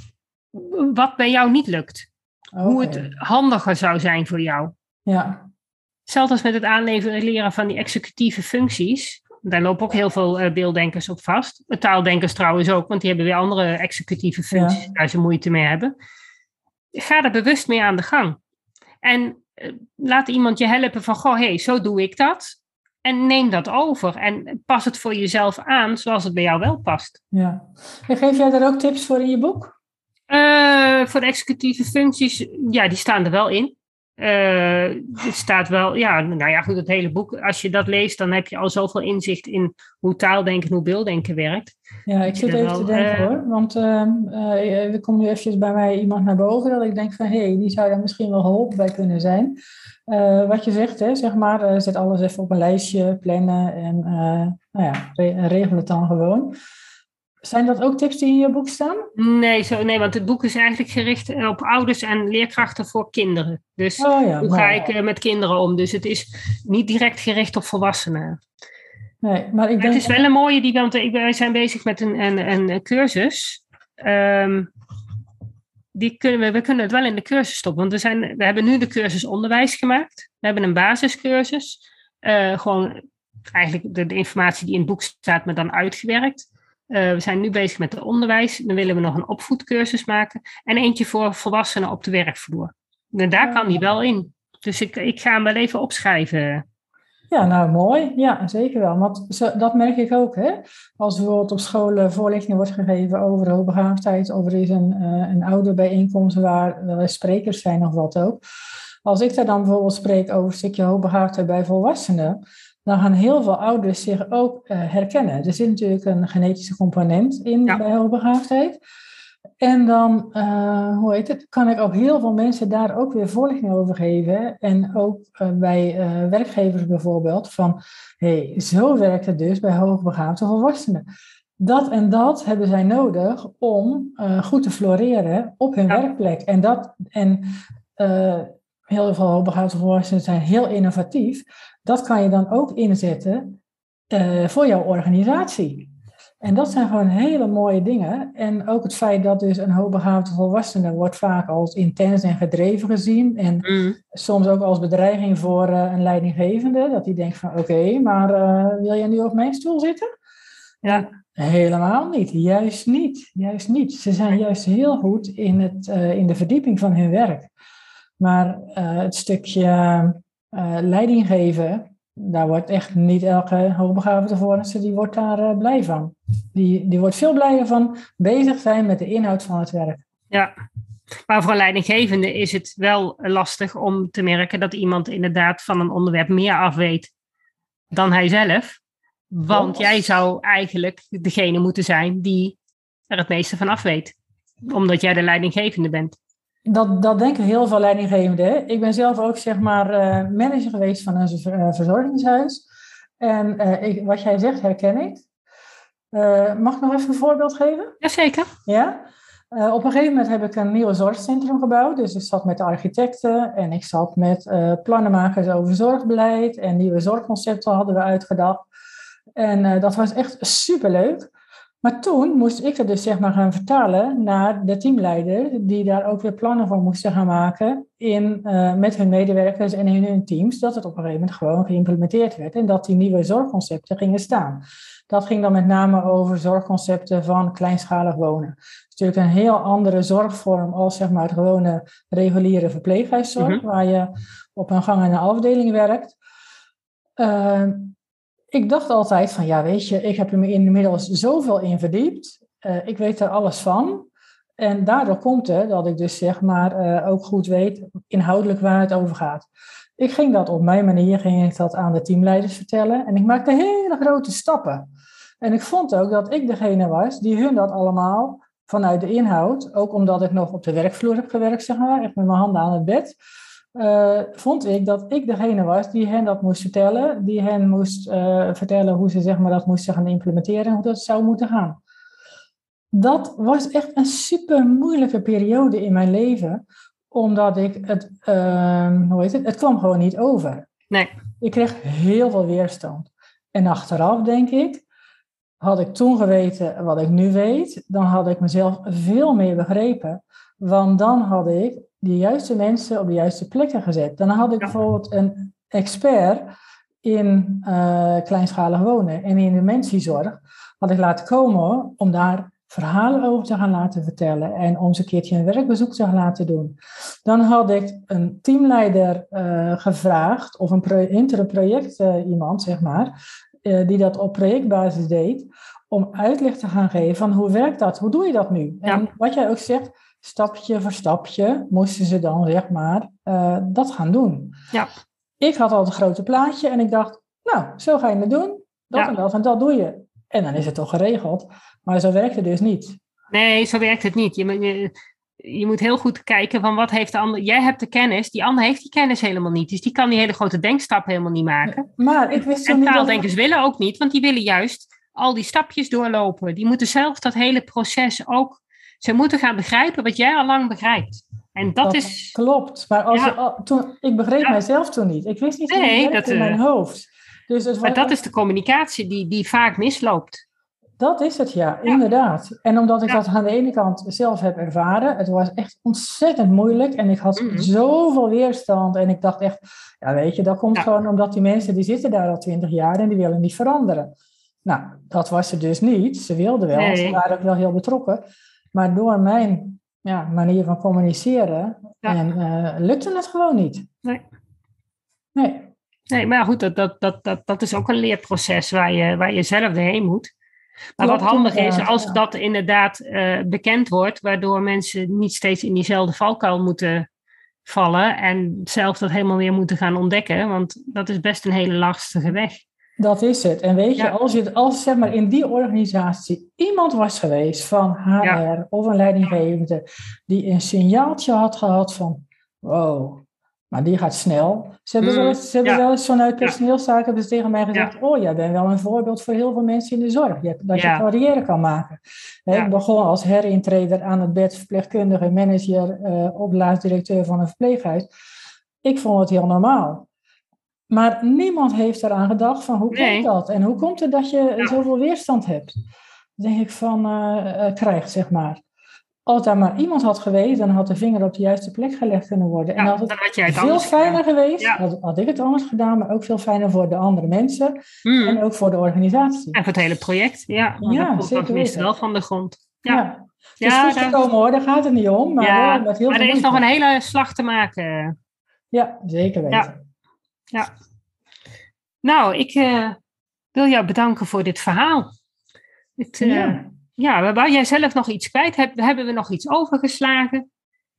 wat bij jou niet lukt. Okay. Hoe het handiger zou zijn voor jou. Ja. Zelfs als met het aanleveren leren van die executieve functies. Daar lopen ook heel veel uh, beelddenkers op vast. Taaldenkers trouwens ook, want die hebben weer andere executieve functies ja. waar ze moeite mee hebben. Ga er bewust mee aan de gang. En uh, laat iemand je helpen van, goh, hé, hey, zo doe ik dat. En neem dat over en pas het voor jezelf aan zoals het bij jou wel past. Ja. En geef jij daar ook tips voor in je boek? Uh, voor de executieve functies, ja, die staan er wel in. Uh, het staat wel, ja, nou ja, goed, het hele boek. Als je dat leest, dan heb je al zoveel inzicht in hoe taaldenken en hoe beelddenken werkt. Ja, ik zit even wel, te denken uh, hoor. Want uh, uh, er komt nu eventjes bij mij iemand naar boven dat ik denk van, hé, hey, die zou daar misschien wel geholpen bij kunnen zijn. Uh, wat je zegt, hè, zeg maar, uh, zet alles even op een lijstje, plannen en uh, nou ja, re- regel het dan gewoon. Zijn dat ook tips die in je boek staan? Nee, zo, nee, want het boek is eigenlijk gericht op ouders en leerkrachten voor kinderen. Dus oh ja, hoe ga ik uh, met kinderen om? Dus het is niet direct gericht op volwassenen. Nee, maar ik denk... Het is wel een mooie, die, want wij zijn bezig met een, een, een cursus. Um, die kunnen we, we kunnen het wel in de cursus stoppen. Want we, zijn, we hebben nu de cursus onderwijs gemaakt. We hebben een basiscursus. Uh, gewoon eigenlijk de, de informatie die in het boek staat, maar dan uitgewerkt. Uh, we zijn nu bezig met het onderwijs. Dan willen we nog een opvoedcursus maken. En eentje voor volwassenen op de werkvloer. En daar kan die wel in. Dus ik, ik ga hem wel even opschrijven. Ja, nou mooi. Ja, zeker wel. Want zo, dat merk ik ook. Hè? Als bijvoorbeeld op school voorlichting wordt gegeven over hoogbegaafdheid. Of er is een, uh, een ouderbijeenkomst waar wel eens sprekers zijn of wat ook. Als ik daar dan bijvoorbeeld spreek over een stukje hoogbegaafdheid bij volwassenen. Dan gaan heel veel ouders zich ook uh, herkennen. Er zit natuurlijk een genetische component in ja. bij hoogbegaafdheid. En dan, uh, hoe heet het, kan ik ook heel veel mensen daar ook weer voorlichting over geven. En ook uh, bij uh, werkgevers bijvoorbeeld van, hé, hey, zo werkt het dus bij hoogbegaafde volwassenen. Dat en dat hebben zij nodig om uh, goed te floreren op hun ja. werkplek. En, dat, en uh, heel veel hoogbegaafde volwassenen zijn heel innovatief. Dat kan je dan ook inzetten uh, voor jouw organisatie. En dat zijn gewoon hele mooie dingen. En ook het feit dat dus een hoogbegaafde volwassene wordt vaak als intens en gedreven gezien. En mm. soms ook als bedreiging voor uh, een leidinggevende. Dat die denkt van oké, okay, maar uh, wil jij nu op mijn stoel zitten? Ja. Helemaal niet. Juist niet. Juist niet. Ze zijn juist heel goed in, het, uh, in de verdieping van hun werk. Maar uh, het stukje uh, leiding geven, daar wordt echt niet elke hoogbegaafde volwassene die wordt daar uh, blij van. Die, die wordt veel blijer van bezig zijn met de inhoud van het werk. Ja, maar voor een leidinggevende is het wel lastig om te merken dat iemand inderdaad van een onderwerp meer afweet dan hij zelf. Want oh. jij zou eigenlijk degene moeten zijn die er het meeste van afweet. Omdat jij de leidinggevende bent. Dat, dat denken heel veel leidinggevenden. Hè? Ik ben zelf ook zeg maar uh, manager geweest van een uh, verzorgingshuis. En uh, ik, wat jij zegt herken ik. Uh, mag ik nog even een voorbeeld geven? Jazeker. Ja? Uh, op een gegeven moment heb ik een nieuw zorgcentrum gebouwd. Dus ik zat met de architecten en ik zat met uh, plannenmakers over zorgbeleid. En nieuwe zorgconcepten hadden we uitgedacht. En uh, dat was echt superleuk. Maar toen moest ik het dus zeg maar gaan vertalen naar de teamleider, die daar ook weer plannen voor moesten gaan maken in, uh, met hun medewerkers en in hun teams, dat het op een gegeven moment gewoon geïmplementeerd werd en dat die nieuwe zorgconcepten gingen staan. Dat ging dan met name over zorgconcepten van kleinschalig wonen. Het is natuurlijk een heel andere zorgvorm als zeg maar het gewone reguliere verpleeghuiszorg, mm-hmm. waar je op een gang en een afdeling werkt. Uh, Ik dacht altijd van, ja weet je, ik heb er me inmiddels zoveel in verdiept. Uh, ik weet er alles van. En daardoor komt het dat ik dus zeg maar uh, ook goed weet inhoudelijk waar het over gaat. Ik ging dat op mijn manier, ging ik dat aan de teamleiders vertellen. En ik maakte hele grote stappen. En ik vond ook dat ik degene was die hun dat allemaal vanuit de inhoud, ook omdat ik nog op de werkvloer heb gewerkt, zeg maar, echt met mijn handen aan het bed, Uh, vond ik dat ik degene was die hen dat moest vertellen, die hen moest uh, vertellen hoe ze zeg maar, dat moesten gaan implementeren en hoe dat zou moeten gaan. Dat was echt een super moeilijke periode in mijn leven, omdat ik het, uh, hoe heet het, het kwam gewoon niet over. Nee. Ik kreeg heel veel weerstand. En achteraf denk ik, had ik toen geweten wat ik nu weet, dan had ik mezelf veel meer begrepen, want dan had ik de juiste mensen op de juiste plekken gezet. Dan had ik ja. bijvoorbeeld een expert in uh, kleinschalig wonen en in dementiezorg had ik laten komen om daar verhalen over te gaan laten vertellen en om ze een keertje een werkbezoek te gaan laten doen. Dan had ik een teamleider uh, gevraagd of een pro- interim project uh, iemand, zeg maar, uh, die dat op projectbasis deed, om uitleg te gaan geven van hoe werkt dat, hoe doe je dat nu? Ja. En wat jij ook zegt, stapje voor stapje moesten ze dan, zeg maar, uh, dat gaan doen. Ja. Ik had al het grote plaatje en ik dacht, nou, zo ga je het doen. Dat ja. en dat en dat doe je. En dan is het toch geregeld. Maar zo werkt het dus niet. Nee, zo werkt het niet. Je, je, je moet heel goed kijken van wat heeft de ander... Jij hebt de kennis, die ander heeft die kennis helemaal niet. Dus die kan die hele grote denkstap helemaal niet maken. Maar ik wist zo en niet... taaldenkers dat... willen ook niet, want die willen juist al die stapjes doorlopen. Die moeten zelf dat hele proces ook... Ze moeten gaan begrijpen wat jij al lang begrijpt. En dat, dat is... Klopt. Maar als ja. je, toen, ik begreep ja. mijzelf toen niet. Ik wist niet hoe nee, het werkte in mijn hoofd. Dus het maar dat is de communicatie die, die vaak misloopt. Dat is het, ja. ja. Inderdaad. En omdat ik ja. dat aan de ene kant zelf heb ervaren. Het was echt ontzettend moeilijk. En ik had mm-hmm. zoveel weerstand. En ik dacht echt... Ja, weet je, dat komt ja. gewoon omdat die mensen... die zitten daar al twintig jaar en die willen niet veranderen. Nou, dat was ze dus niet. Ze wilden wel. Nee. Ze waren ook wel heel betrokken. Maar door mijn ja, manier van communiceren ja. en, uh, lukte het gewoon niet. Nee. Nee. Nee, maar goed, dat, dat, dat, dat, dat is ook een leerproces waar je, waar je zelf doorheen moet. Maar Klopt, wat handig is, als ja. dat inderdaad uh, bekend wordt, waardoor mensen niet steeds in diezelfde valkuil moeten vallen en zelf dat helemaal weer moeten gaan ontdekken, want dat is best een hele lastige weg. Dat is het. En weet je, ja. als, je, als zeg maar in die organisatie iemand was geweest van H R ja. of een leidinggevende die een signaaltje had gehad van wow, maar die gaat snel. Ze hebben, mm. wel, eens, ze hebben ja. wel eens vanuit personeelszaken hebben ze tegen mij gezegd, ja. oh, jij bent wel een voorbeeld voor heel veel mensen in de zorg. Je, dat ja. je carrière kan maken. He, ja. Ik begon als herintreder aan het bed, verpleegkundige, manager, uh, opleidingsdirecteur van een verpleeghuis. Ik vond het heel normaal. Maar niemand heeft eraan gedacht van hoe nee. komt dat? En hoe komt het dat je ja. zoveel weerstand hebt? Dan denk ik van, uh, uh, krijgt, zeg maar. Als daar maar iemand had geweest, dan had de vinger op de juiste plek gelegd kunnen worden. Ja, en had het, had het veel fijner gedaan. geweest, ja. had, had ik het anders gedaan, maar ook veel fijner voor de andere mensen. Mm. En ook voor de organisatie. En voor het hele project, ja. Want ja, dat komt tenminste wel van de grond. Ja, ja. Het is ja, goed gekomen daar... hoor, daar gaat het niet om. Maar, ja, wel met heel maar er is nog een hele slag te maken. Ja, zeker weten. Ja. Ja. Nou, ik uh, wil jou bedanken voor dit verhaal. Het, uh, ja. ja, wou jij zelf nog iets kwijt? Heb, hebben we nog iets overgeslagen?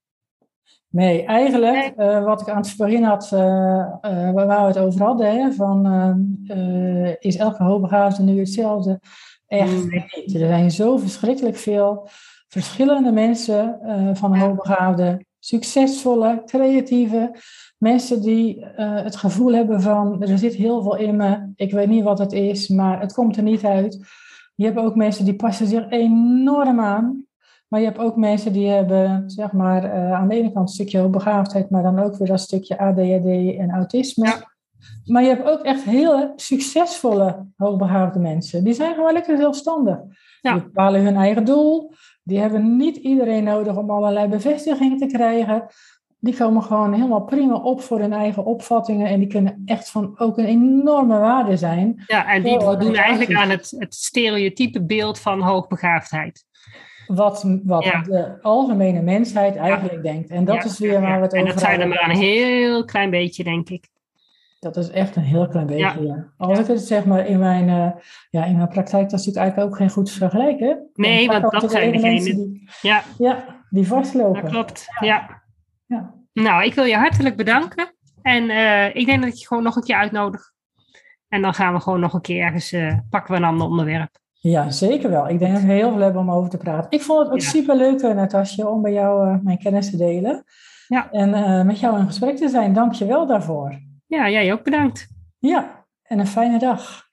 Nee, eigenlijk nee. Uh, wat ik aan het begin had, uh, uh, waar we het over hadden, hè, van uh, uh, is elke hoogbegaafde nu hetzelfde? Echt mm. niet. Er zijn zo verschrikkelijk veel verschillende mensen uh, van ja. hoogbegaafden, succesvolle, creatieve mensen die uh, het gevoel hebben van, er zit heel veel in me, ik weet niet wat het is, maar het komt er niet uit. Je hebt ook mensen die passen zich enorm aan. Maar je hebt ook mensen die hebben, zeg maar, uh, aan de ene kant een stukje hoogbegaafdheid, maar dan ook weer dat stukje A D H D en autisme. Ja. Maar je hebt ook echt hele succesvolle hoogbegaafde mensen. Die zijn gewoon lekker zelfstandig. Ja. Die bepalen hun eigen doel. Die hebben niet iedereen nodig om allerlei bevestigingen te krijgen. Die komen gewoon helemaal prima op voor hun eigen opvattingen. En die kunnen echt van ook een enorme waarde zijn. Ja, en die voldoen eigenlijk aan het, het stereotype beeld van hoogbegaafdheid. Wat, wat ja. de algemene mensheid eigenlijk ja. denkt. En dat ja, is weer ja, waar we het over hebben. En dat zijn er maar een heel klein beetje, denk ik. Dat is echt een heel klein beetje, ja. ja. Als ik het zeg maar in mijn, uh, ja, in mijn praktijk, dat is natuurlijk eigenlijk ook geen goed vergelijken. Nee, want dat zijn degenen die, ja. Ja, die vastlopen. Dat klopt, ja. ja. Nou, ik wil je hartelijk bedanken. En uh, ik denk dat ik je gewoon nog een keer uitnodig. En dan gaan we gewoon nog een keer ergens, uh, pakken we een ander onderwerp. Ja, zeker wel. Ik denk dat we heel veel hebben om over te praten. Ik vond het ook ja. super leuk, Natasja, om bij jou uh, mijn kennis te delen. Ja. En uh, met jou in gesprek te zijn. Dank je wel daarvoor. Ja, jij ook bedankt. Ja, en een fijne dag.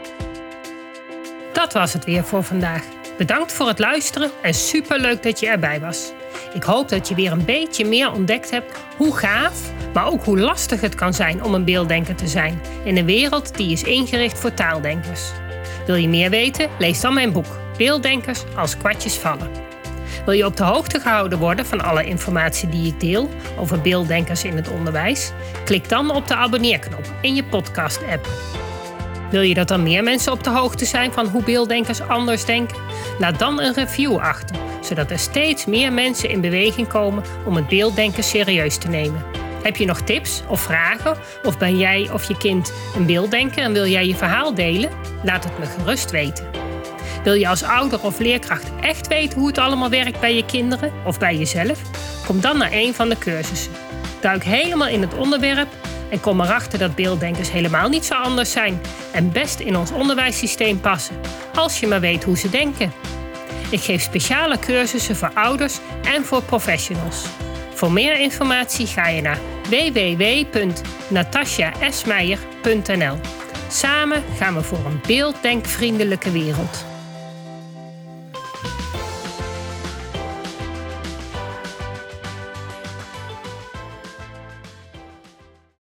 Dat was het weer voor vandaag. Bedankt voor het luisteren en superleuk dat je erbij was. Ik hoop dat je weer een beetje meer ontdekt hebt hoe gaaf, maar ook hoe lastig het kan zijn om een beelddenker te zijn in een wereld die is ingericht voor taaldenkers. Wil je meer weten? Lees dan mijn boek Beelddenkers als kwartjes vallen. Wil je op de hoogte gehouden worden van alle informatie die ik deel over beelddenkers in het onderwijs? Klik dan op de abonneerknop in je podcast-app. Wil je dat er meer mensen op de hoogte zijn van hoe beelddenkers anders denken? Laat dan een review achter, zodat er steeds meer mensen in beweging komen om het beelddenken serieus te nemen. Heb je nog tips of vragen? Of ben jij of je kind een beelddenker en wil jij je verhaal delen? Laat het me gerust weten. Wil je als ouder of leerkracht echt weten hoe het allemaal werkt bij je kinderen of bij jezelf? Kom dan naar een van de cursussen. Duik helemaal in het onderwerp en kom erachter dat beelddenkers helemaal niet zo anders zijn en best in ons onderwijssysteem passen, als je maar weet hoe ze denken. Ik geef speciale cursussen voor ouders en voor professionals. Voor meer informatie ga je naar w w w punt natasja esmeijer punt n l. Samen gaan we voor een beelddenkvriendelijke wereld.